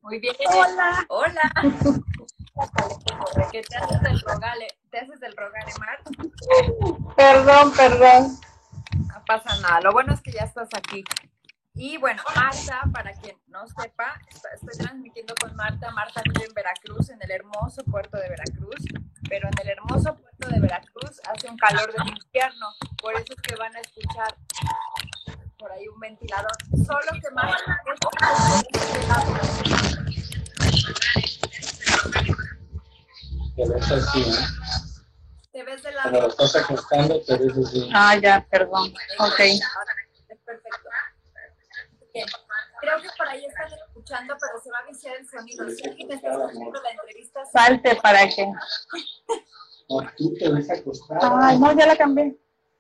Muy bien. Hola. Hola. ¿Qué te haces del rogale? ¿Te haces del rogale, Mar? Perdón. No pasa nada. Lo bueno es que ya estás aquí. Y bueno, Marta, para quien no sepa, estoy transmitiendo con Marta. Marta vive en Veracruz, en el hermoso puerto de Veracruz. Pero en el hermoso puerto de Veracruz hace un calor del infierno. Por eso es que van a escuchar por ahí un ventilador. Solo que Marta es de este lado. Que ves así, ¿eh? Te ves de Como lo lado. estás ajustando, te ves así. Ah, ya, perdón. Ok. Es perfecto. Bien. Creo que por ahí están escuchando, pero se va a viciar el sonido. Si alguien está escuchando la entrevista, Salte para que. No, tú te ves acostado. Ay, no, ya la cambié.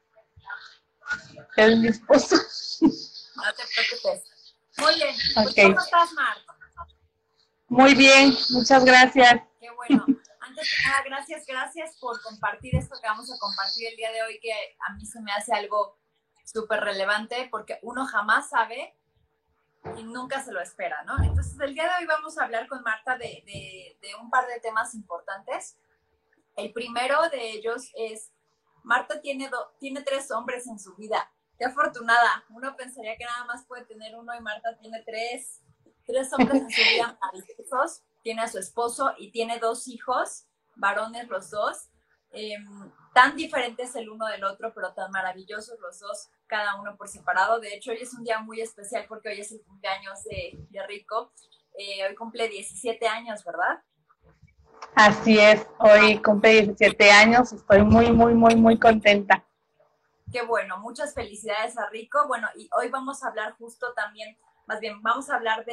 Es mi esposo. no te preocupes. Muy bien. Pues, Ok. ¿cómo estás, Mar? Muy bien, muchas gracias. Qué bueno. Antes que nada, gracias por compartir esto que vamos a compartir el día de hoy, que a mí se me hace algo súper relevante, porque uno jamás sabe y nunca se lo espera, ¿no? Entonces, el día de hoy vamos a hablar con Marta de un par de temas importantes. El primero de ellos es, Marta tiene 3 hombres en su vida. Qué afortunada. Uno pensaría que nada más puede tener uno y Marta tiene 3 hombres en su vida maravillosos. Tiene a su esposo y tiene 2 hijos, varones los dos. Tan diferentes el uno del otro, pero tan maravillosos los dos, cada uno por separado. De hecho, hoy es un día muy especial porque hoy es el cumpleaños de Rico. Hoy cumple 17 años, ¿verdad? Así es, hoy cumple 17 años, estoy muy contenta. Qué bueno, muchas felicidades a Rico. Bueno, y hoy vamos a hablar justo también, más bien, vamos a hablar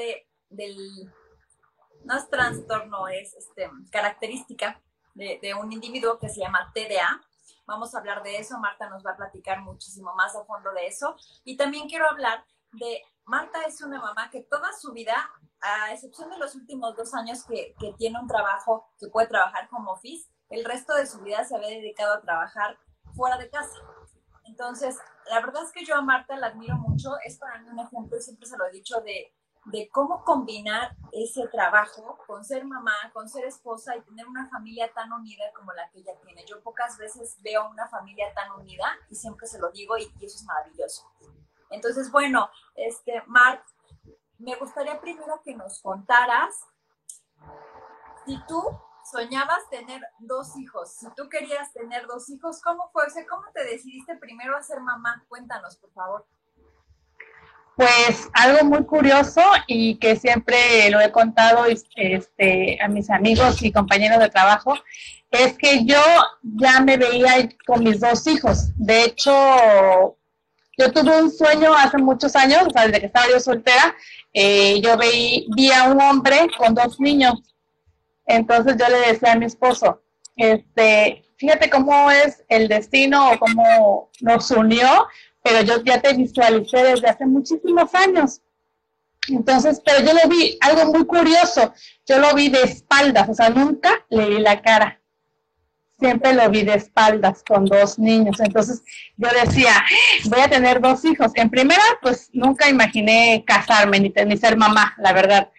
no es trastorno, es característica de un individuo que se llama TDA. Vamos a hablar de eso, Marta nos va a platicar muchísimo más a fondo de eso. Y también quiero hablar Marta es una mamá que toda su vida, a excepción de los últimos 2 años que tiene un trabajo, que puede trabajar como office, el resto de su vida se había dedicado a trabajar fuera de casa. Entonces, la verdad es que yo a Marta la admiro mucho, es para mí un ejemplo, siempre se lo he dicho, de cómo combinar ese trabajo con ser mamá, con ser esposa y tener una familia tan unida como la que ella tiene. Yo pocas veces veo una familia tan unida y siempre se lo digo y eso es maravilloso. Entonces, bueno, Mar, me gustaría primero que nos contaras si tú soñabas tener 2 hijos, si tú querías tener 2 hijos, ¿cómo fue? O sea, ¿cómo te decidiste primero a ser mamá? Cuéntanos, por favor. Pues algo muy curioso y que siempre lo he contado a mis amigos y compañeros de trabajo, es que yo ya me veía con mis 2 hijos. De hecho, yo tuve un sueño hace muchos años, o sea, desde que estaba yo soltera, yo vi a un hombre con 2 niños. Entonces yo le decía a mi esposo, fíjate cómo es el destino o cómo nos unió, pero yo ya te visualicé desde hace muchísimos años. Entonces, pero yo lo vi, algo muy curioso, yo lo vi de espaldas, o sea, nunca le vi la cara. Siempre lo vi de espaldas con 2 niños. Entonces yo decía, voy a tener 2 hijos. En primera, pues nunca imaginé casarme ni ser mamá, la verdad.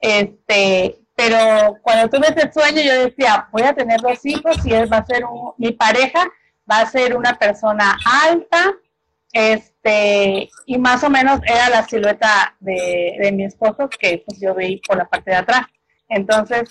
Pero cuando tuve ese sueño, yo decía, voy a tener 2 hijos y él va a ser mi pareja, va a ser una persona alta, y más o menos era la silueta de mi esposo que pues yo vi por la parte de atrás. Entonces,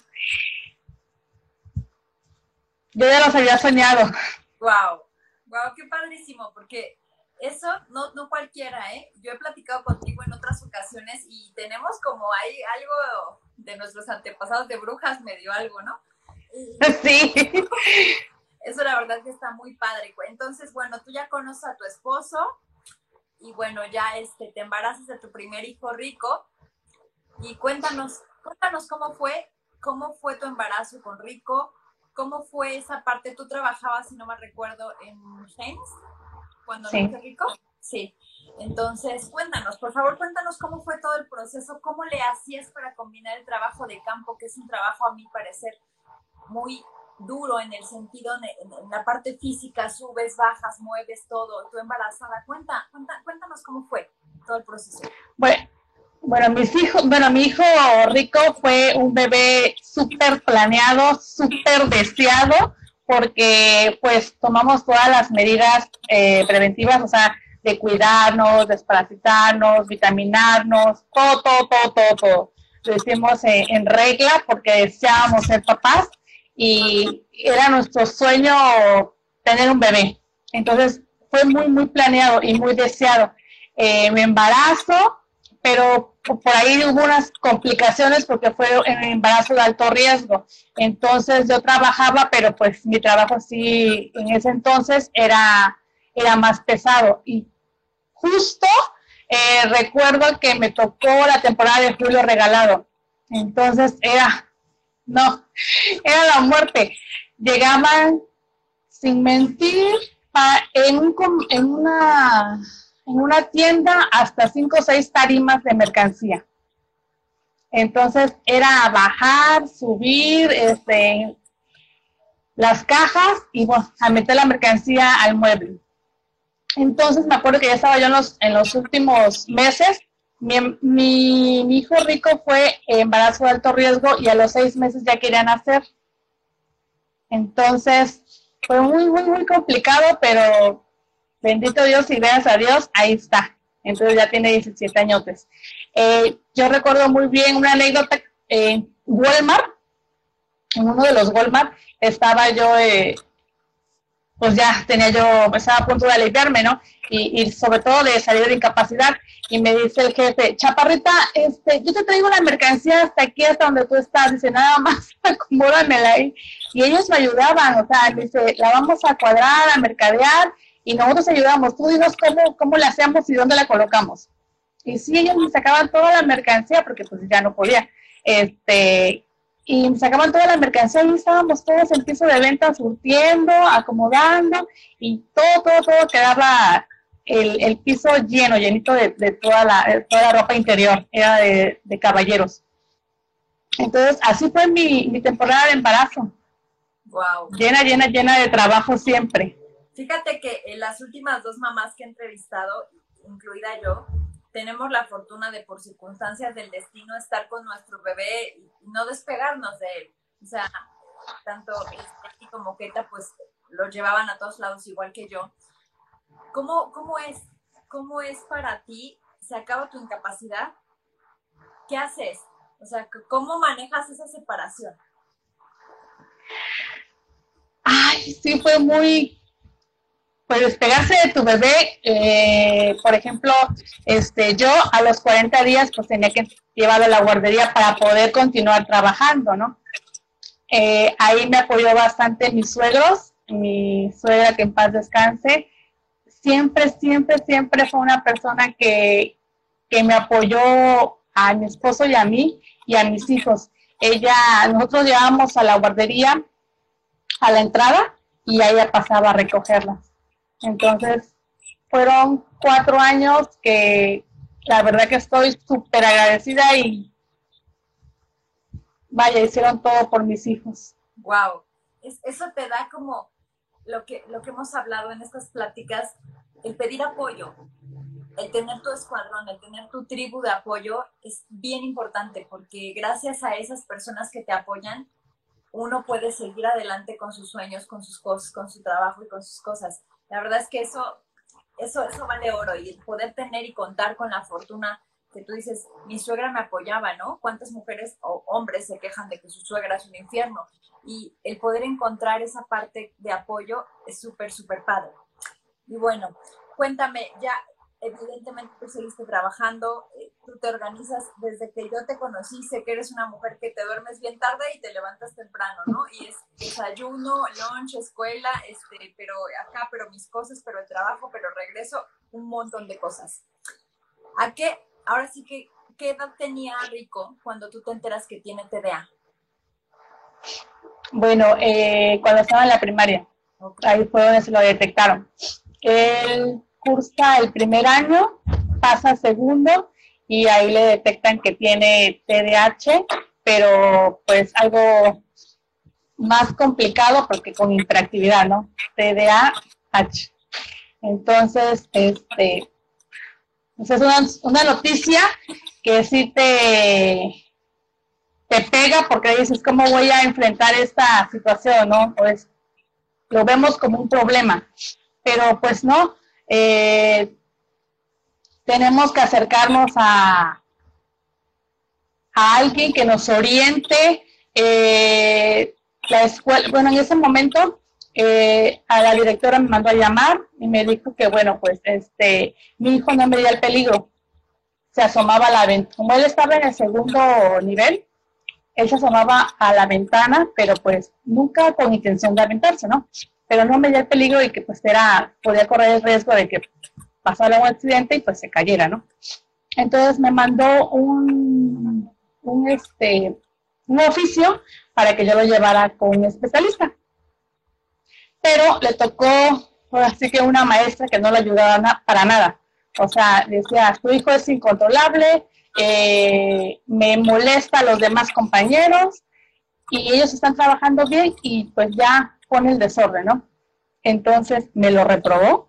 yo ya los había soñado. Wow, wow, qué padrísimo, porque eso no cualquiera, ¿eh? Yo he platicado contigo en otras ocasiones y tenemos como hay algo de nuestros antepasados de brujas, medio algo, ¿no? Sí. Eso la verdad que está muy padre. Entonces, bueno, tú ya conoces a tu esposo y bueno, ya te embarazas de tu primer hijo Rico y cuéntanos cómo fue tu embarazo con Rico, cómo fue esa parte. Tú trabajabas, si no me recuerdo, en James cuando Sí. nació Rico. Sí. Entonces, cuéntanos, por favor, cuéntanos cómo fue todo el proceso, cómo le hacías para combinar el trabajo de campo, que es un trabajo a mi parecer muy duro en el sentido, en la parte física, subes, bajas, mueves todo, tú embarazada. Cuéntanos cómo fue todo el proceso. Bueno, Bueno, mi hijo Rico fue un bebé súper planeado, súper deseado, porque pues tomamos todas las medidas preventivas, o sea, de cuidarnos, desparasitarnos, vitaminarnos, todo. Lo hicimos en regla porque deseábamos ser papás y era nuestro sueño tener un bebé. Entonces fue muy planeado y muy deseado. Me embarazo, pero por ahí hubo unas complicaciones porque fue un embarazo de alto riesgo. Entonces yo trabajaba, pero pues mi trabajo sí en ese entonces era más pesado. Y justo recuerdo que me tocó la temporada de Julio Regalado. Entonces era la muerte. Llegaban, sin mentir, en una tienda hasta 5 o 6 tarimas de mercancía. Entonces era bajar, subir las cajas y bueno, a meter la mercancía al mueble. Entonces me acuerdo que ya estaba yo en los últimos meses. Mi hijo Rico fue embarazo de alto riesgo y a los 6 meses ya quería nacer. Entonces fue muy complicado, pero bendito Dios y gracias a Dios, ahí está. Entonces ya tiene 17 añotes. Yo recuerdo muy bien una anécdota en Walmart. En uno de los Walmart estaba yo, pues ya estaba a punto de aliviarme, ¿no? Y sobre todo de salir de incapacidad. Y me dice el jefe, Chaparrita, yo te traigo la mercancía hasta aquí, hasta donde tú estás. Dice, nada más, acomódamela ahí. Y ellos me ayudaban, o sea, dice, la vamos a cuadrar, a mercadear, y nosotros ayudamos. Tú dinos cómo la hacemos y dónde la colocamos. Y sí, ellos me sacaban toda la mercancía, porque pues ya no podía. Y me sacaban toda la mercancía y estábamos todos en piso de venta surtiendo, acomodando, y todo quedaba el piso llenito de toda la ropa interior, era de caballeros. Entonces, así fue mi temporada de embarazo. Wow. Llena de trabajo siempre. Fíjate que las últimas 2 mamás que he entrevistado, incluida yo, tenemos la fortuna de, por circunstancias del destino, estar con nuestro bebé y no despegarnos de él. O sea, tanto Steffi como Keta, pues, lo llevaban a todos lados igual que yo. ¿Cómo es para ti? ¿Se acaba tu incapacidad? ¿Qué haces? O sea, ¿cómo manejas esa separación? Ay, sí, fue muy... Pues despegarse de tu bebé, por ejemplo, yo a los 40 días pues tenía que llevarlo a la guardería para poder continuar trabajando, ¿no? Ahí me apoyó bastante mis suegros, mi suegra que en paz descanse, siempre fue una persona que me apoyó a mi esposo y a mí y a mis hijos. Nosotros llevábamos a la guardería a la entrada y ella pasaba a recogerlas. Entonces, fueron 4 años que la verdad que estoy súper agradecida y vaya, hicieron todo por mis hijos. Wow, eso te da como lo que hemos hablado en estas pláticas, el pedir apoyo, el tener tu escuadrón, el tener tu tribu de apoyo es bien importante porque gracias a esas personas que te apoyan, uno puede seguir adelante con sus sueños, con sus cosas, con su trabajo y con sus cosas. La verdad es que eso vale oro y el poder tener y contar con la fortuna que tú dices, mi suegra me apoyaba, ¿no? ¿Cuántas mujeres o hombres se quejan de que su suegra es un infierno? Y el poder encontrar esa parte de apoyo es súper padre. Y bueno, cuéntame, ya evidentemente tú seguiste trabajando, tú te organizas, desde que yo te conocí, sé que eres una mujer que te duermes bien tarde y te levantas temprano, ¿no? Y es desayuno, lunch, escuela, pero mis cosas, pero el trabajo, pero regreso, un montón de cosas. Ahora sí que, ¿qué edad tenía Rico cuando tú te enteras que tiene TDA? Bueno, cuando estaba en la primaria, okay. Ahí fue donde se lo detectaron. Él cursa el primer año, pasa segundo y ahí le detectan que tiene TDAH, pero pues algo más complicado porque con hiperactividad, ¿no? TDAH. Entonces, esa es una noticia que sí te pega porque dices, ¿cómo voy a enfrentar esta situación, no? Pues lo vemos como un problema, pero pues no, tenemos que acercarnos a alguien que nos oriente. La escuela, bueno, en ese momento a la directora me mandó a llamar y me dijo que, bueno, pues mi hijo no medía el peligro, se asomaba a la ventana, como él estaba en el segundo nivel, él se asomaba a la ventana, pero pues nunca con intención de aventarse, ¿no? Pero no medía el peligro y que pues podía correr el riesgo de que pasara un accidente y pues se cayera, ¿no? Entonces me mandó un oficio para que yo lo llevara con un especialista. Pero le tocó, así que una maestra que no le ayudaba para nada. O sea, decía, tu hijo es incontrolable, me molesta a los demás compañeros y ellos están trabajando bien y pues ya pone el desorden, ¿no? Entonces me lo reprobó.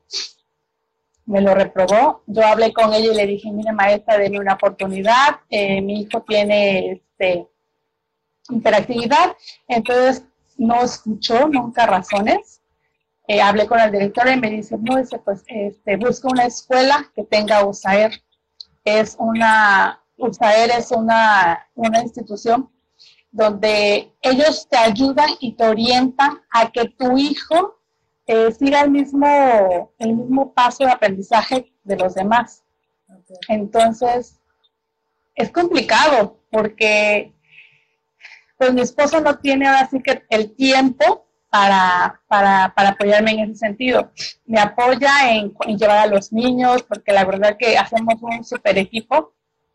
Yo hablé con ella y le dije, mire maestra, denme una oportunidad, mi hijo tiene hiperactividad, entonces no escuchó nunca razones. Hablé con el director y me dice, no, pues busca una escuela que tenga USAER. USAER es una institución donde ellos te ayudan y te orientan a que tu hijo siga el mismo paso de aprendizaje de los demás. Okay. Entonces, es complicado porque pues mi esposo no tiene ahora sí que el tiempo para apoyarme en ese sentido. Me apoya en llevar a los niños, porque la verdad que hacemos un super equipo.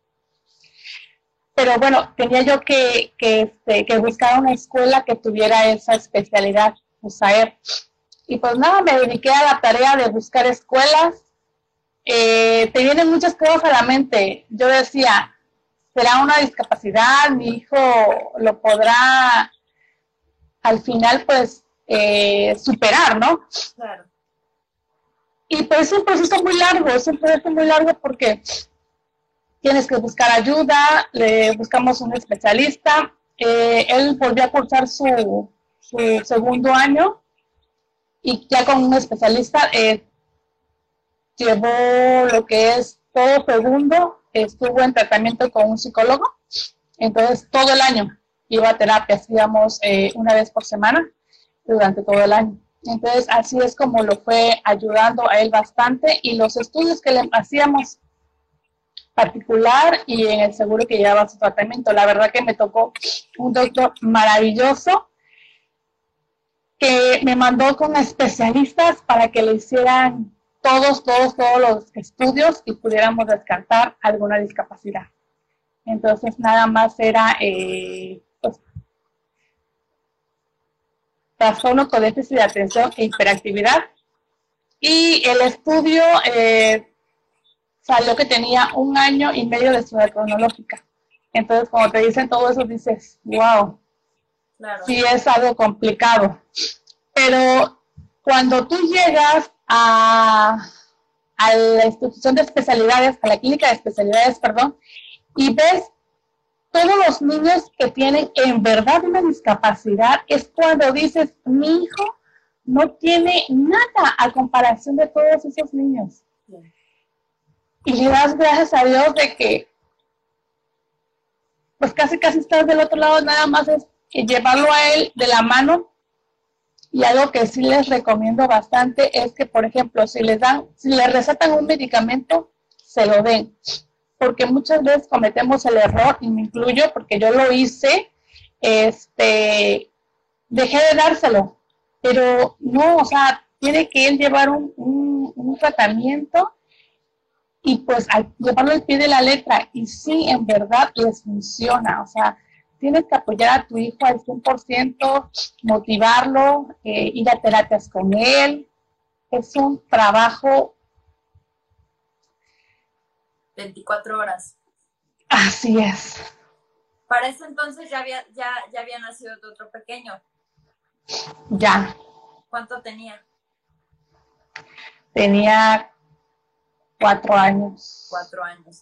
Pero bueno, tenía yo que buscar una escuela que tuviera esa especialidad, USAER. Y pues nada, me dediqué a la tarea de buscar escuelas. Te vienen muchas cosas a la mente. Yo decía, será una discapacidad, mi hijo lo podrá al final pues superar, ¿no? Claro. Y pues es un proceso muy largo, porque tienes que buscar ayuda, le buscamos un especialista, él volvió a cursar su segundo año y ya con un especialista llevó lo que es todo segundo, estuvo en tratamiento con un psicólogo, entonces todo el año iba a terapias, íbamos una vez por semana durante todo el año. Entonces así es como lo fue ayudando a él bastante, y los estudios que le hacíamos particular y en el seguro que llevaba su tratamiento, la verdad que me tocó un doctor maravilloso que me mandó con especialistas para que le hicieran todos los estudios y pudiéramos descartar alguna discapacidad. Entonces nada más era pues, trastorno con déficit de atención e hiperactividad, y el estudio salió que tenía 1 año y medio de estudia cronológica. Entonces cuando te dicen todo eso dices, wow, claro, sí es algo complicado. Pero cuando tú llegas a la institución de especialidades, a la clínica de especialidades, perdón, y ves todos los niños que tienen en verdad una discapacidad, es cuando dices, mi hijo no tiene nada a comparación de todos esos niños. Sí. Y le das gracias a Dios de que pues casi estás del otro lado, nada más es llevarlo a él de la mano. Y algo que sí les recomiendo bastante es que, por ejemplo, si les recetan un medicamento, se lo den. Porque muchas veces cometemos el error, y me incluyo porque yo lo hice, dejé de dárselo. Pero no, o sea, tiene que él llevar un tratamiento y pues llevarlo al pie de la letra. Y sí, en verdad les funciona, o sea, tienes que apoyar a tu hijo al 100%, motivarlo, ir a terapias con él. Es un trabajo 24 horas. Así es. Para ese entonces ya había nacido tu otro pequeño. Ya. ¿Cuánto tenía? Tenía 4 años. 4 años. O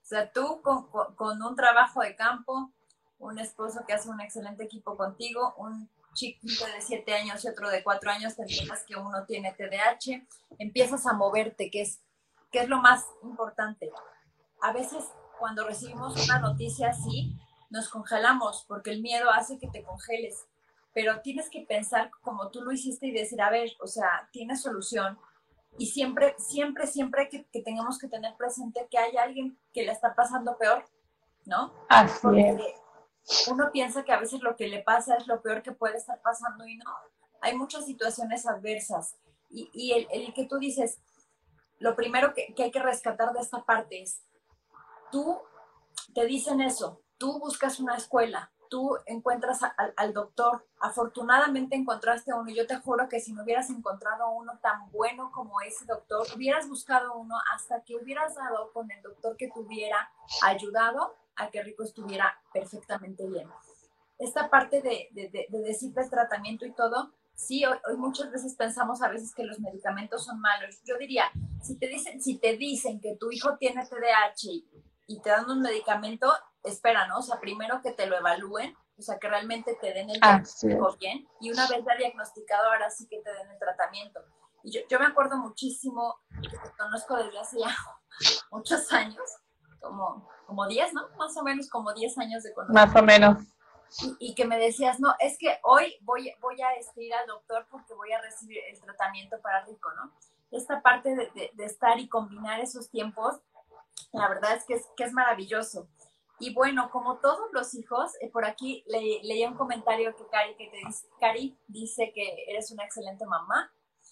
sea, tú con un trabajo de campo, un esposo que hace un excelente equipo contigo, un chiquito de 7 años y otro de 4 años, te enteras que uno tiene TDAH, empiezas a moverte, que es lo más importante. A veces cuando recibimos una noticia así, nos congelamos porque el miedo hace que te congeles, pero tienes que pensar como tú lo hiciste y decir, a ver, o sea, tiene solución. Y siempre, siempre, siempre que tengamos que tener presente que hay alguien que le está pasando peor, ¿no? Así Porque es. uno piensa que a veces lo que le pasa es lo peor que puede estar pasando y no. Hay muchas situaciones adversas. Y el que tú dices, lo primero que hay que rescatar de esta parte es, tú te dicen eso, tú buscas una escuela, tú encuentras al doctor, afortunadamente encontraste uno, y yo te juro que si no hubieras encontrado uno tan bueno como ese doctor, hubieras buscado uno hasta que hubieras dado con el doctor que te hubiera ayudado a que Rico estuviera perfectamente bien. Esta parte de decirte el tratamiento y todo, sí, hoy muchas veces pensamos a veces que los medicamentos son malos. Yo diría, si te dicen que tu hijo tiene TDAH y te dan un medicamento, espera, ¿no? O sea, primero que te lo evalúen, o sea, que realmente te den el diagnóstico bien, y una vez ya diagnosticado, ahora sí que te den el tratamiento. Y yo me acuerdo muchísimo, que te conozco desde hace ya muchos años, como 10, ¿no? Más o menos como 10 años de conocer. Más o menos. Y que me decías, no, es que hoy voy a ir al doctor porque voy a recibir el tratamiento para Rico, ¿no? Esta parte de estar y combinar esos tiempos, la verdad es que es maravilloso. Y bueno, como todos los hijos, por aquí leí un comentario que Cari dice que eres una excelente mamá.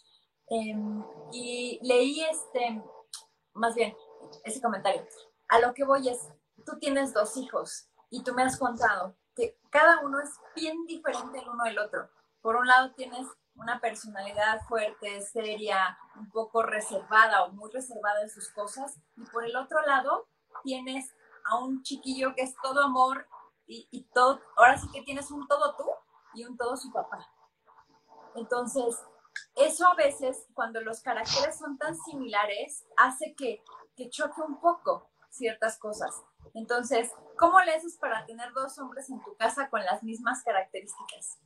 Y leí más bien, ese comentario. A lo que voy es, tú tienes 2 hijos y tú me has contado que cada uno es bien diferente el uno del otro. Por un lado tienes una personalidad fuerte, seria, un poco reservada o muy reservada en sus cosas, y por el otro lado tienes a un chiquillo que es todo amor y todo, ahora sí que tienes un todo tú y un todo su papá. Entonces, eso a veces, cuando los caracteres son tan similares, hace que choque un poco ciertas cosas. Entonces, ¿cómo le haces para tener 2 hombres en tu casa con las mismas características?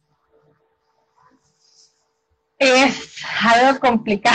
Es algo complicado.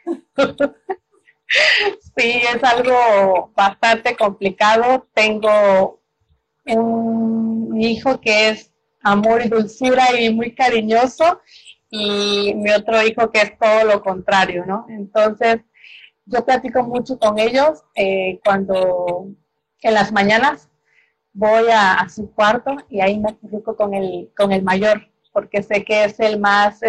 Sí, es algo bastante complicado. Tengo un hijo que es amor y dulzura y muy cariñoso, y mi otro hijo que es todo lo contrario, ¿no? Entonces, yo platico mucho con ellos cuando en las mañanas voy a su cuarto y ahí me comunico con el mayor, porque sé que es el más,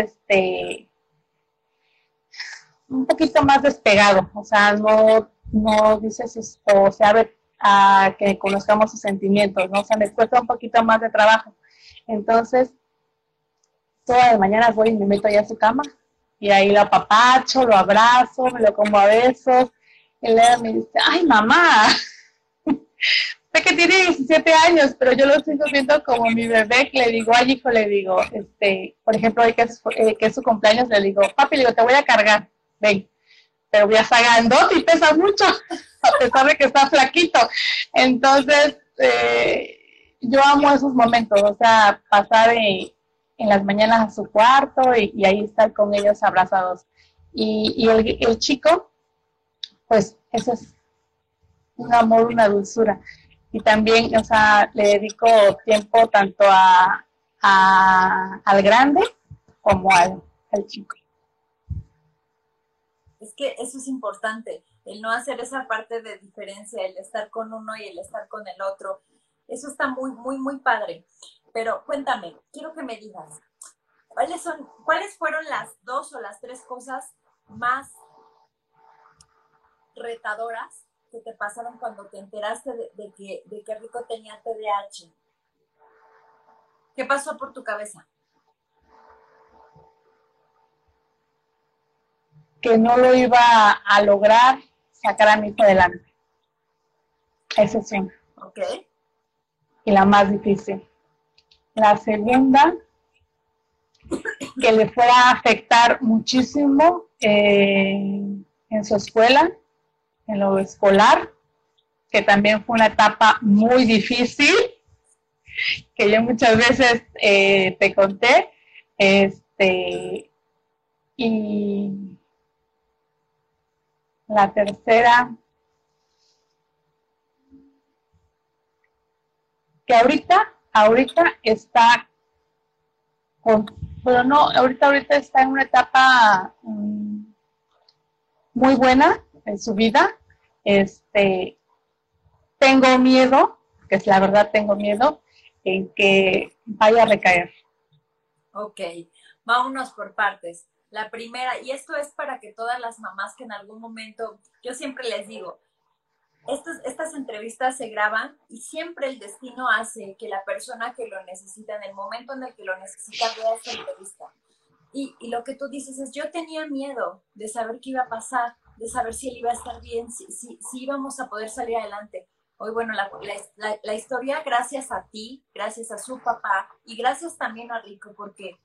un poquito más despegado, o sea, no dice o se abre a que conozcamos sus sentimientos, ¿no? O sea, me cuesta un poquito más de trabajo. Entonces, todas las mañanas voy y me meto allá a su cama y ahí lo apapacho, lo abrazo, me lo como a besos, y luego me dice, ay mamá, sé que tiene 17 años, pero yo lo sigo viendo como mi bebé, que le digo, ay hijo, le digo, por ejemplo, hoy que es su cumpleaños, le digo, papi, le digo, te voy a cargar, ven, pero ya está grandote y pesa mucho, a pesar de que está flaquito. Entonces, yo amo esos momentos, o sea, pasar en las mañanas a su cuarto y ahí estar con ellos abrazados. Y el chico, pues, eso es un amor, una dulzura. Y también, o sea, le dedico tiempo tanto al grande como al chico. Es que eso es importante, el no hacer esa parte de diferencia, el estar con uno y el estar con el otro. Eso está muy, muy, muy padre. Pero cuéntame, quiero que me digas, ¿cuáles fueron las 2 o las 3 cosas más retadoras que te pasaron cuando te enteraste de que Rico tenía TDAH? ¿Qué pasó por tu cabeza? Que no lo iba a lograr sacar a mi hijo adelante. Esa es una. Ok. Y la más difícil. La segunda, que le fuera a afectar muchísimo en su escuela, en lo escolar, que también fue una etapa muy difícil, que yo muchas veces te conté, y la tercera, que ahorita está pero no, ahorita está en una etapa muy buena en su vida. Tengo miedo, que es la verdad, tengo miedo en que vaya a recaer. Ok, vámonos por partes. La primera, y esto es para que todas las mamás que en algún momento, yo siempre les digo, estas entrevistas se graban y siempre el destino hace que la persona que lo necesita, en el momento en el que lo necesita, vea esta entrevista. Y lo que tú dices es, yo tenía miedo de saber qué iba a pasar, de saber si él iba a estar bien, si íbamos a poder salir adelante. Hoy, bueno, la historia, gracias a ti, gracias a su papá y gracias también a Rico, porque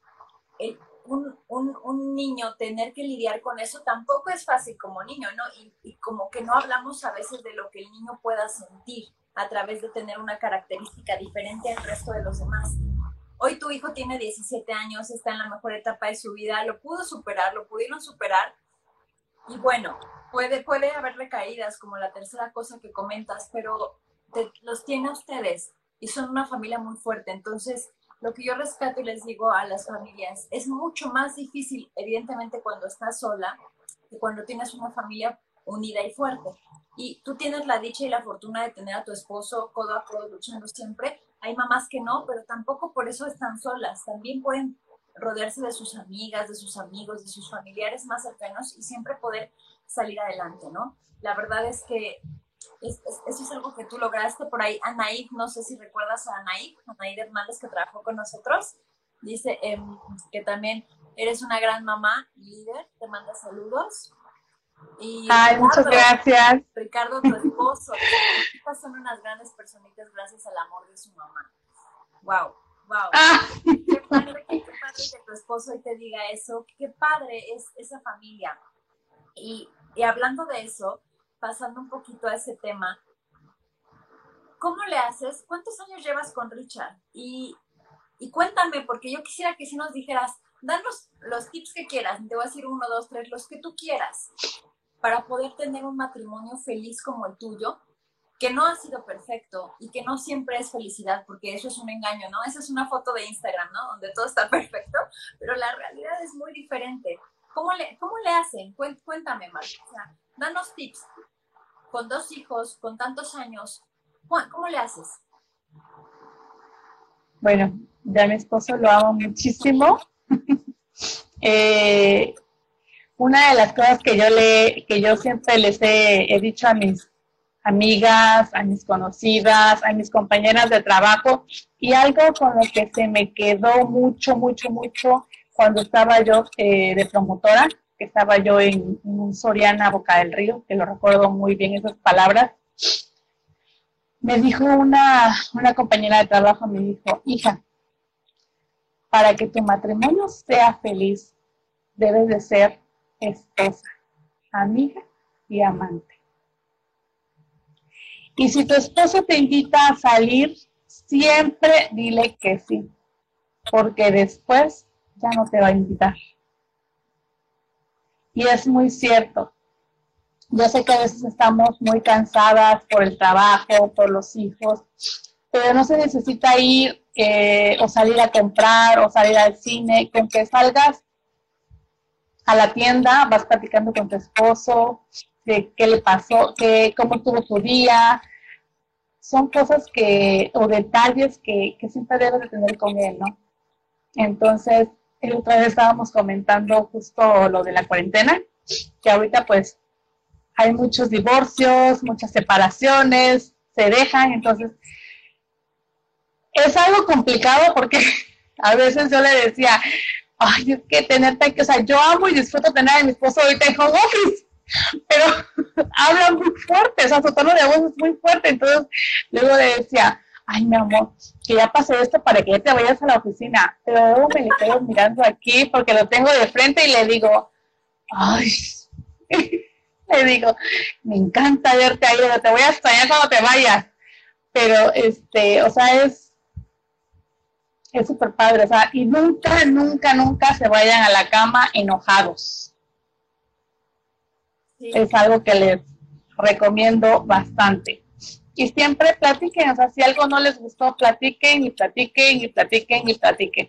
un niño tener que lidiar con eso tampoco es fácil como niño, ¿no? Y como que no hablamos a veces de lo que el niño pueda sentir a través de tener una característica diferente al resto de los demás. Hoy tu hijo tiene 17 años, está en la mejor etapa de su vida, lo pudo superar, lo pudieron superar. Y bueno, puede haber recaídas como la tercera cosa que comentas, pero los tiene a ustedes y son una familia muy fuerte. Entonces, lo que yo rescato y les digo a las familias, es mucho más difícil, evidentemente, cuando estás sola que cuando tienes una familia unida y fuerte. Y tú tienes la dicha y la fortuna de tener a tu esposo codo a codo luchando siempre. Hay mamás que no, pero tampoco por eso están solas. También pueden rodearse de sus amigas, de sus amigos, de sus familiares más cercanos y siempre poder salir adelante, ¿no? La verdad es que eso es algo que tú lograste. Por ahí Anaí, no sé si recuerdas a Anaí Hernández, que trabajó con nosotros, dice que también eres una gran mamá líder, te manda saludos. Y ay, Ricardo, muchas gracias. Ricardo, tu esposo, estas son unas grandes personitas gracias al amor de su mamá. Wow. Qué padre que tu esposo hoy te diga eso, qué padre es esa familia. Y hablando de eso, pasando un poquito a ese tema, ¿cómo le haces? ¿Cuántos años llevas con Richard? Y cuéntame, porque yo quisiera que si nos dijeras, danos los tips que quieras, te voy a decir 1, 2, 3, los que tú quieras, para poder tener un matrimonio feliz como el tuyo, que no ha sido perfecto y que no siempre es felicidad, porque eso es un engaño, ¿no? Esa es una foto de Instagram, ¿no? Donde todo está perfecto, pero la realidad es muy diferente. ¿Cómo le hacen? Cuéntame, Mar. O sea, danos tips. Con 2 hijos, con tantos años, ¿cómo le haces? Bueno, ya mi esposo lo amo muchísimo. Una de las cosas que yo siempre les he dicho a mis amigas, a mis conocidas, a mis compañeras de trabajo, y algo con lo que se me quedó mucho cuando estaba yo de promotora, que estaba yo en un Soriana Boca del Río, que lo recuerdo muy bien esas palabras. Me dijo una compañera de trabajo, me dijo, hija, para que tu matrimonio sea feliz, debes de ser esposa, amiga y amante. Y si tu esposo te invita a salir, siempre dile que sí, porque después ya no te va a invitar. Y es muy cierto. Yo sé que a veces estamos muy cansadas por el trabajo, por los hijos, pero no se necesita ir o salir a comprar o salir al cine. Con que salgas a la tienda, vas platicando con tu esposo de qué le pasó, cómo estuvo su día. Son cosas o detalles que siempre debes de tener con él, ¿no? Entonces, otra vez estábamos comentando justo lo de la cuarentena, que ahorita pues hay muchos divorcios, muchas separaciones, se dejan, entonces es algo complicado porque a veces yo le decía, ay, es que o sea, yo amo y disfruto tener a mi esposo ahorita en home office, pero habla muy fuerte, o sea, su tono de voz es muy fuerte, entonces luego le decía, ay, mi amor, que ya pasó esto para que ya te vayas a la oficina, pero luego me le quedo mirando aquí porque lo tengo de frente y le digo, ay, Le digo, me encanta verte ahí, te voy a extrañar cuando te vayas. Pero, o sea, es súper padre, o sea, y nunca, nunca, nunca se vayan a la cama enojados. Sí. Es algo que les recomiendo bastante. Y siempre platiquen, o sea, si algo no les gustó, platiquen y platiquen y platiquen y platiquen.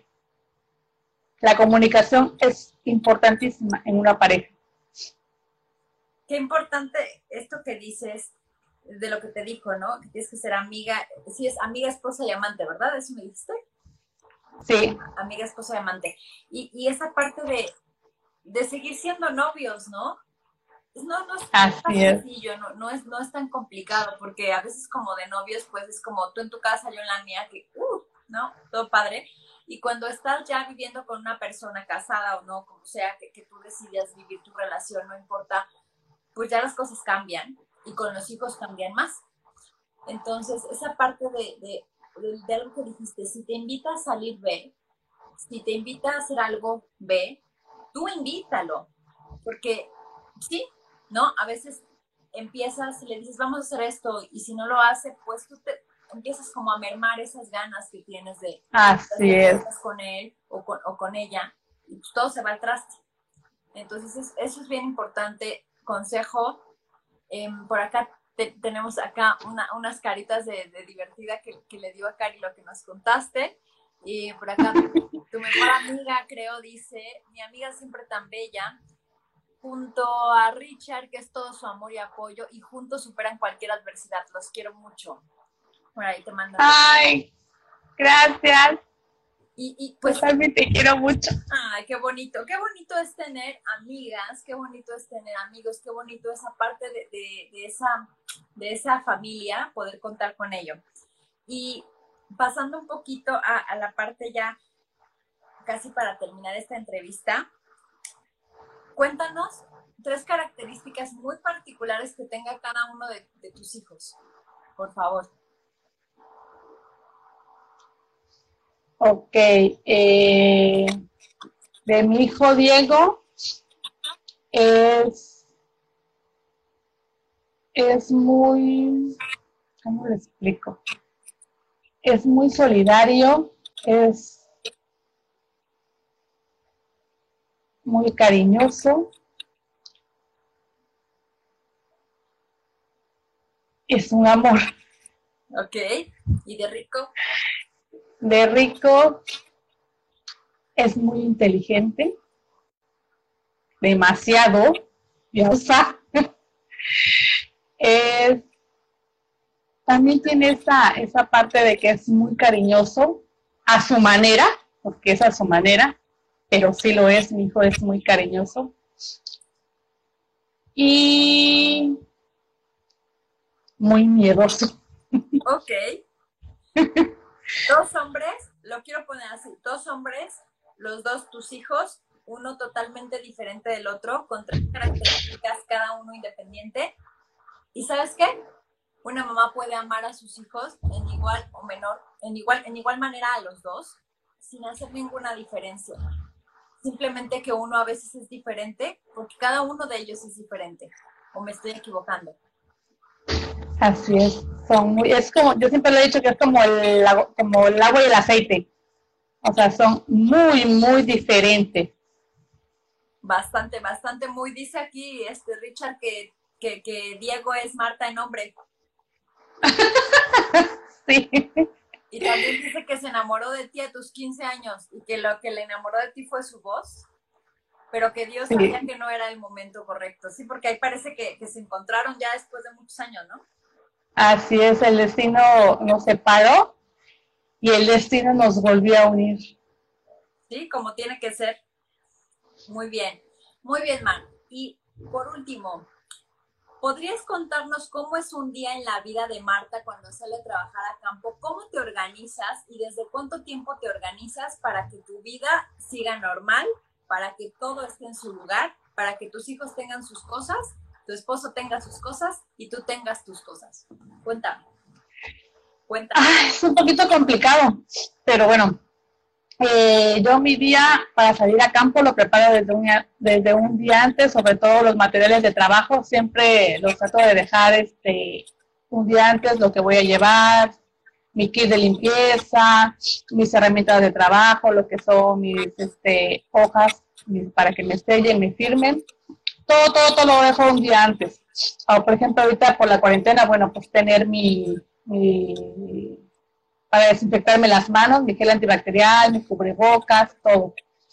La comunicación es importantísima en una pareja. Qué importante esto que dices de lo que te dijo, ¿no? Que tienes que ser amiga, sí es amiga, esposa y amante, ¿verdad? ¿Eso me dijiste? Sí. Amiga, esposa y amante. Y esa parte de seguir siendo novios, ¿no? No es tan sencillo, no es tan complicado, porque a veces como de novios, pues es como tú en tu casa, yo en la mía, que, ¿no? Todo padre. Y cuando estás ya viviendo con una persona casada o no, como sea, que tú decidas vivir tu relación, no importa, pues ya las cosas cambian y con los hijos cambian más. Entonces, esa parte de algo que dijiste, si te invita a salir, ve. Si te invita a hacer algo, ve. Tú invítalo. Porque, sí, ¿no? A veces empiezas y le dices, vamos a hacer esto, y si no lo hace, pues tú te empiezas como a mermar esas ganas que tienes de hacer cosas con él o con ella, y pues todo se va al traste. Entonces, eso es bien importante. Consejo, por acá tenemos acá unas caritas de divertida que le dio a Cari lo que nos contaste. Y por acá, tu mejor amiga, creo, dice, mi amiga siempre tan bella, junto a Richard, que es todo su amor y apoyo, y juntos superan cualquier adversidad. Los quiero mucho. Por ahí te mando. Ay, gracias. Y pues también te quiero mucho. Ay, qué bonito es tener amigas, qué bonito es tener amigos, qué bonito esa parte de esa familia, poder contar con ello. Y pasando un poquito a la parte ya casi para terminar esta entrevista, cuéntanos 3 características muy particulares que tenga cada uno de tus hijos, por favor. Ok, de mi hijo Diego es muy, ¿cómo le explico? Es muy solidario, es muy cariñoso, es un amor. Ok, ¿y de Rico? De Rico es muy inteligente, demasiado, también tiene esa parte de que es muy cariñoso a su manera, porque es a su manera, pero sí lo es, mi hijo es muy cariñoso. Y muy miedoso. Ok. 2 hombres, lo quiero poner así, 2 hombres, los 2 tus hijos, uno totalmente diferente del otro, con 3 características, cada uno independiente. ¿Y sabes qué? Una mamá puede amar a sus hijos en igual o menor, en igual manera a los 2, sin hacer ninguna diferencia. Simplemente que uno a veces es diferente, porque cada uno de ellos es diferente. ¿O me estoy equivocando? Así es, es como, yo siempre lo he dicho que es como el agua y el aceite. O sea, son muy, muy diferentes. Bastante, muy. Dice aquí Richard que Diego es Marta en hombre. Sí. Y también dice que se enamoró de ti a tus 15 años y que lo que le enamoró de ti fue su voz, pero que Dios sabía que no era el momento correcto. Sí, porque ahí parece que se encontraron ya después de muchos años, ¿no? Así es, el destino nos separó y el destino nos volvió a unir. Sí, como tiene que ser. Muy bien, Mar. Y por último, ¿podrías contarnos cómo es un día en la vida de Marta cuando sale a trabajar a campo? ¿Cómo te organizas y desde cuánto tiempo te organizas para que tu vida siga normal, para que todo esté en su lugar, para que tus hijos tengan sus cosas, tu esposo tenga sus cosas y tú tengas tus cosas? Cuéntame. Es un poquito complicado, pero bueno, Yo mi día para salir a campo lo preparo desde un día antes, sobre todo los materiales de trabajo, siempre los trato de dejar un día antes lo que voy a llevar, mi kit de limpieza, mis herramientas de trabajo, lo que son mis hojas para que me sellen, me firmen. Todo lo dejo un día antes. O, por ejemplo, ahorita por la cuarentena, bueno, pues tener para desinfectarme las manos, mi gel antibacterial, mi cubrebocas, todo.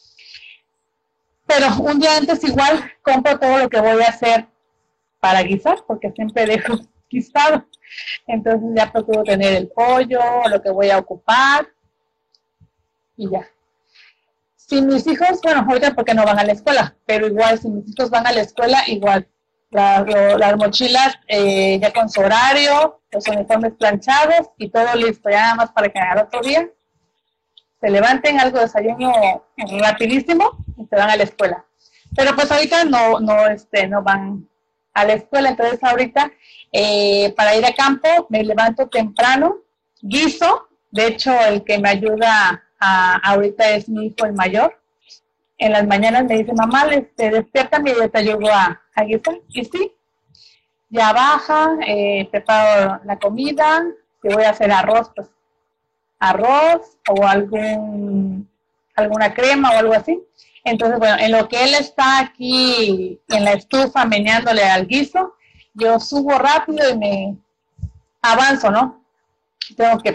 Pero un día antes igual compro todo lo que voy a hacer para guisar, porque siempre dejo guisado. Entonces ya procuro tener el pollo, lo que voy a ocupar y ya. Si mis hijos, bueno, ahorita porque no van a la escuela, pero igual si mis hijos van a la escuela, igual las mochilas ya con su horario, los uniformes planchados y todo listo, ya nada más para que al otro día se levanten, algo de desayuno rapidísimo y se van a la escuela. Pero pues ahorita no van a la escuela, entonces ahorita para ir a campo me levanto temprano, guiso, de hecho el que me ayuda ahorita es mi hijo el mayor. En las mañanas me dice, mamá, despiértame y yo te ayudo a guisar. Y sí, ya baja, preparo la comida, si voy a hacer arroz, pues arroz o alguna crema o algo así. Entonces, bueno, en lo que él está aquí en la estufa meneándole al guiso, yo subo rápido y me avanzo, ¿no? Tengo que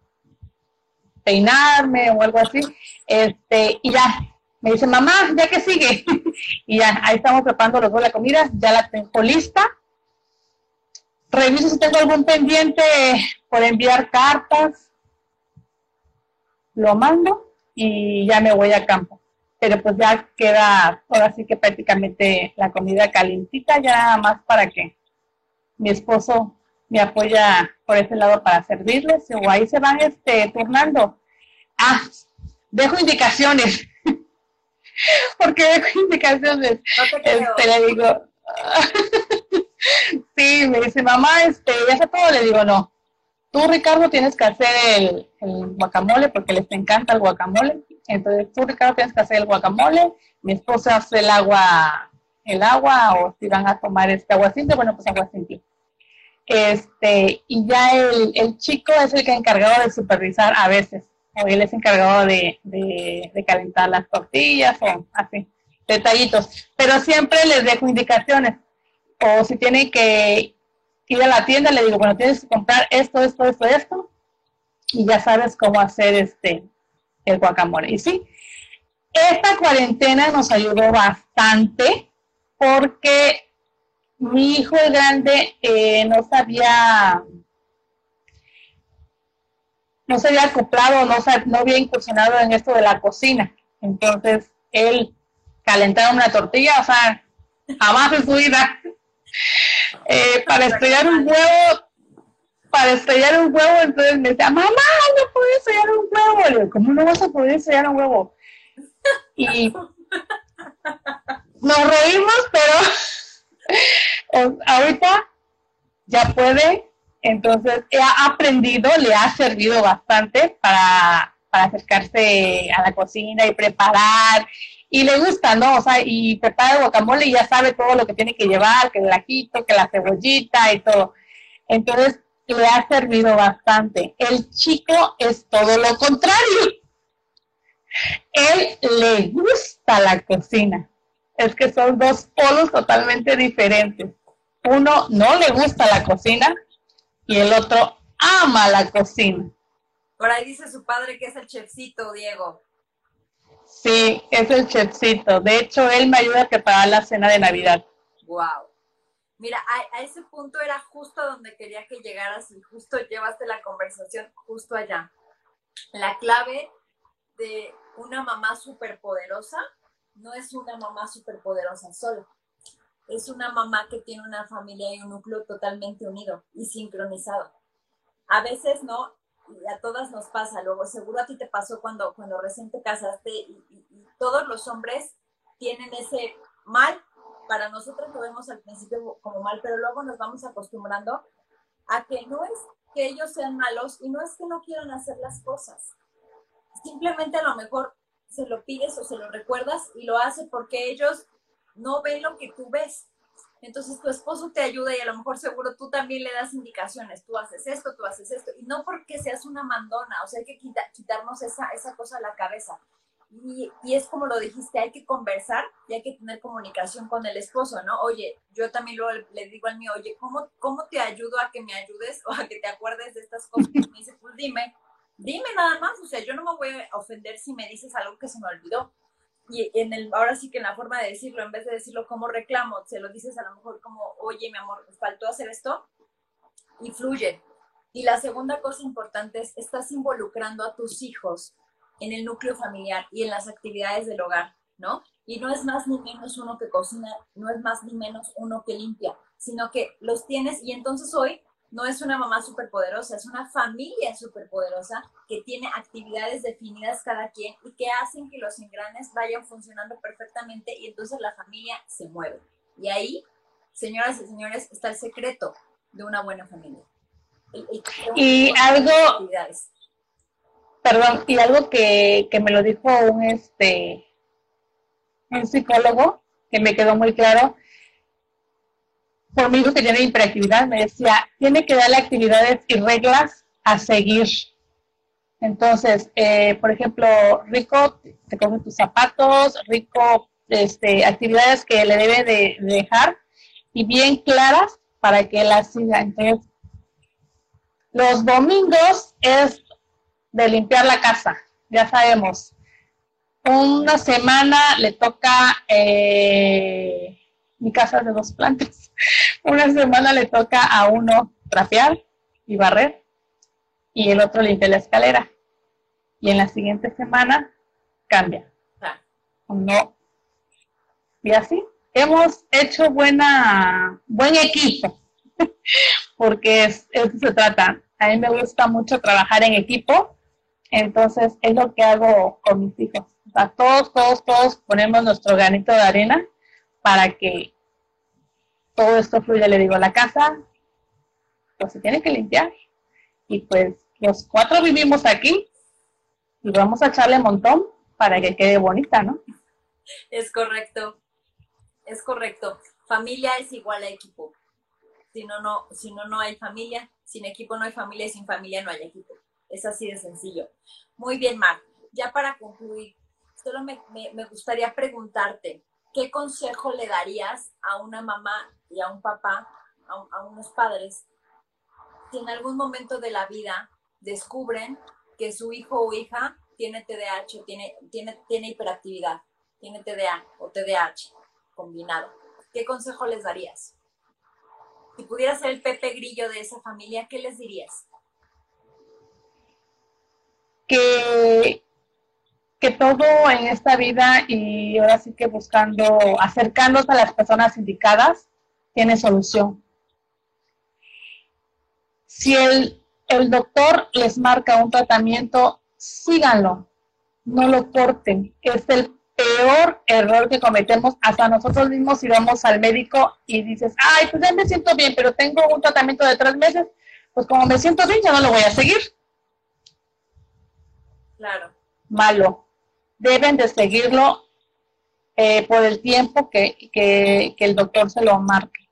peinarme o algo así, y ya, me dice, mamá, ¿ya qué sigue? Y ya, ahí estamos preparando los dos la comida, ya la tengo lista. Reviso si tengo algún pendiente por enviar cartas, lo mando y ya me voy a campo. Pero pues ya queda, ahora sí que prácticamente la comida calientita, ya nada más para que mi esposo me apoya por ese lado para servirles, o ahí se van turnando. Ah, dejo indicaciones, porque dejo indicaciones. No te creo. Le digo, sí, me dice, mamá, ya está todo, le digo, no. Tú, Ricardo, tienes que hacer el guacamole porque les encanta el guacamole. Entonces, tú, Ricardo, tienes que hacer el guacamole. Mi esposo hace el agua, o si van a tomar agua simple, bueno, pues agua simple. Y ya el chico es el que es encargado de supervisar a veces, o él es encargado de calentar las tortillas o así, detallitos. Pero siempre les dejo indicaciones. O si tienen que ir a la tienda, le digo, bueno, tienes que comprar esto, y ya sabes cómo hacer el guacamole. Y sí, esta cuarentena nos ayudó bastante porque mi hijo el grande no se había acoplado, no había incursionado en esto de la cocina. Entonces, él calentaba una tortilla, o sea, jamás en su vida. Para estrellar un huevo, entonces me decía, mamá, no puedo estrellar un huevo. Le digo, ¿cómo no vas a poder estrellar un huevo? Y nos reímos, pero ahorita ya puede, entonces ha aprendido, le ha servido bastante para acercarse a la cocina y preparar, y le gusta, ¿no? O sea, y prepara el guacamole y ya sabe todo lo que tiene que llevar, que el ajito, que la cebollita y todo. Entonces, le ha servido bastante. El chico es todo lo contrario. Él le gusta la cocina. Es que son dos polos totalmente diferentes. Uno no le gusta la cocina y el otro ama la cocina. Por ahí dice su padre que es el chefcito, Diego. Sí, es el chefcito. De hecho, él me ayuda a preparar la cena de Navidad. Wow. Mira, a ese punto era justo donde quería que llegaras y justo llevaste la conversación justo allá. La clave de una mamá superpoderosa no es una mamá superpoderosa sola. Es una mamá que tiene una familia y un núcleo totalmente unido y sincronizado. A veces no, y a todas nos pasa, luego seguro a ti te pasó cuando recién te casaste y todos los hombres tienen ese mal, para nosotros lo vemos al principio como mal, pero luego nos vamos acostumbrando a que no es que ellos sean malos y no es que no quieran hacer las cosas. simplemente a lo mejor se lo pides o se lo recuerdas y lo hace porque ellos no ven lo que tú ves. Entonces tu esposo te ayuda y a lo mejor seguro tú también le das indicaciones, tú haces esto, y no porque seas una mandona, o sea, hay que quitarnos esa cosa a la cabeza. Y es como lo dijiste, hay que conversar y hay que tener comunicación con el esposo, ¿no? Oye, yo también le digo al mío, oye, ¿cómo te ayudo a que me ayudes o a que te acuerdes de estas cosas? Y me dice, pues dime nada más, o sea, yo no me voy a ofender si me dices algo que se me olvidó. Y ahora sí que en la forma de decirlo, en vez de decirlo como reclamo, se lo dices a lo mejor como, oye, mi amor, me faltó hacer esto, y fluye. Y la segunda cosa importante es, estás involucrando a tus hijos en el núcleo familiar y en las actividades del hogar, ¿no? Y no es más ni menos uno que cocina, no es más ni menos uno que limpia, sino que los tienes y entonces hoy no es una mamá superpoderosa, es una familia superpoderosa que tiene actividades definidas cada quien y que hacen que los engranes vayan funcionando perfectamente y entonces la familia se mueve. Y ahí, señoras y señores, está el secreto de una buena familia. Y algo, perdón, y algo que me lo dijo un psicólogo, que me quedó muy claro, por mi hijo que tiene hiperactividad, me decía, tiene que darle actividades y reglas a seguir. Entonces, por ejemplo, Rico, te coge tus zapatos, Rico, actividades que le debe de dejar y bien claras para que las siga. Entonces, los domingos es de limpiar la casa, ya sabemos. Una semana le toca, mi casa es de 2 plantas, una semana le toca a uno trapear y barrer y el otro limpia la escalera. Y en la siguiente semana cambia. No. Y así hemos hecho buen equipo, porque eso se trata. A mí me gusta mucho trabajar en equipo, entonces es lo que hago con mis hijos. O sea, todos ponemos nuestro granito de arena para que todo esto fluya. Le digo, la casa, pues se tiene que limpiar. Y pues los 4 vivimos aquí y vamos a echarle un montón para que quede bonita, ¿no? Es correcto. Familia es igual a equipo. Si no, no hay familia. Sin equipo no hay familia y sin familia no hay equipo. Es así de sencillo. Muy bien, Mar. Ya para concluir, solo me gustaría preguntarte, ¿qué consejo le darías a una mamá y a un papá, a unos padres, si en algún momento de la vida descubren que su hijo o hija tiene TDAH, tiene hiperactividad, tiene TDA o TDAH combinado? ¿Qué consejo les darías? Si pudieras ser el Pepe Grillo de esa familia, ¿qué les dirías? Que todo en esta vida y ahora sí que acercándose a las personas indicadas, tiene solución. Si el doctor les marca un tratamiento, síganlo, no lo corten. Es el peor error que cometemos hasta nosotros mismos si vamos al médico y dices, ay, pues ya me siento bien, pero tengo un tratamiento de 3 meses, pues como me siento bien, ya no lo voy a seguir. Claro. Malo. Deben de seguirlo por el tiempo que el doctor se lo marque.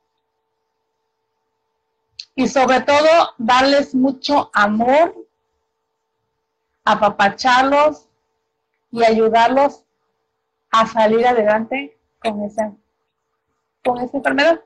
Y sobre todo, darles mucho amor, apapacharlos y ayudarlos a salir adelante con esa enfermedad.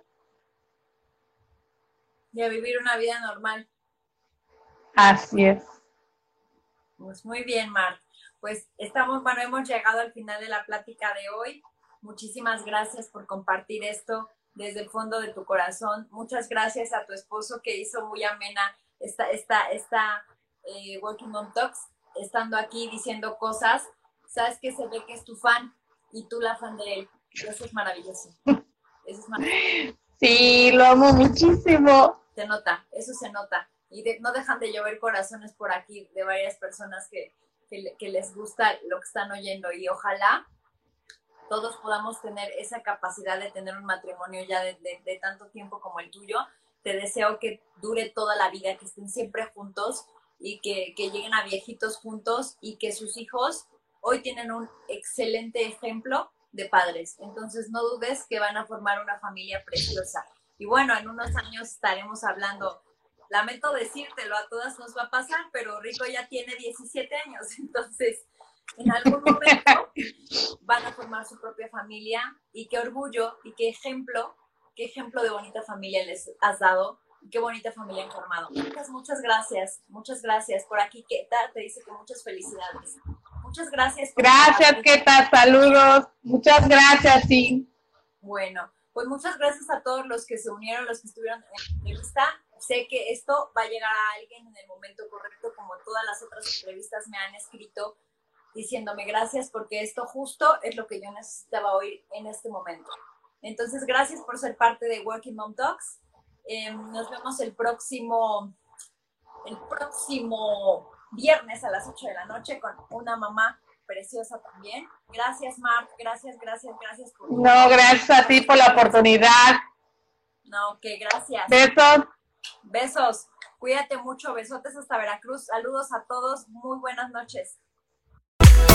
Y a vivir una vida normal. Así es. Pues muy bien, Mar. Pues hemos llegado al final de la plática de hoy. Muchísimas gracias por compartir esto desde el fondo de tu corazón. Muchas gracias a tu esposo que hizo muy amena esta Working Mom Talks, estando aquí diciendo cosas. Sabes que se ve que es tu fan y tú la fan de él. Eso es maravilloso. Eso es maravilloso. Sí, lo amo muchísimo. Se nota, eso se nota. Y no dejan de llover corazones por aquí de varias personas que les gusta lo que están oyendo. Y ojalá todos podamos tener esa capacidad de tener un matrimonio ya de tanto tiempo como el tuyo. Te deseo que dure toda la vida, que estén siempre juntos y que lleguen a viejitos juntos y que sus hijos hoy tienen un excelente ejemplo de padres. Entonces no dudes que van a formar una familia preciosa. Y bueno, en unos años estaremos hablando. Lamento decírtelo, a todas nos va a pasar, pero Rico ya tiene 17 años, entonces en algún momento van a formar su propia familia y qué orgullo y qué ejemplo de bonita familia les has dado y qué bonita familia han formado. Muchas gracias. Por aquí Keta te dice que muchas felicidades. Muchas gracias. Gracias, Keta, saludos. Muchas gracias, sí. Bueno, pues muchas gracias a todos los que se unieron, los que estuvieron en la entrevista. Sé que esto va a llegar a alguien en el momento correcto, como todas las otras entrevistas me han escrito diciéndome gracias porque esto justo es lo que yo necesitaba oír en este momento. Entonces, gracias por ser parte de Working Mom Talks. Nos vemos el próximo viernes a las 8 de la noche con una mamá preciosa también. Gracias, Marc. Gracias por... No, gracias a ti por la oportunidad. No, que gracias. Besos. Cuídate mucho. Besotes hasta Veracruz. Saludos a todos. Muy buenas noches.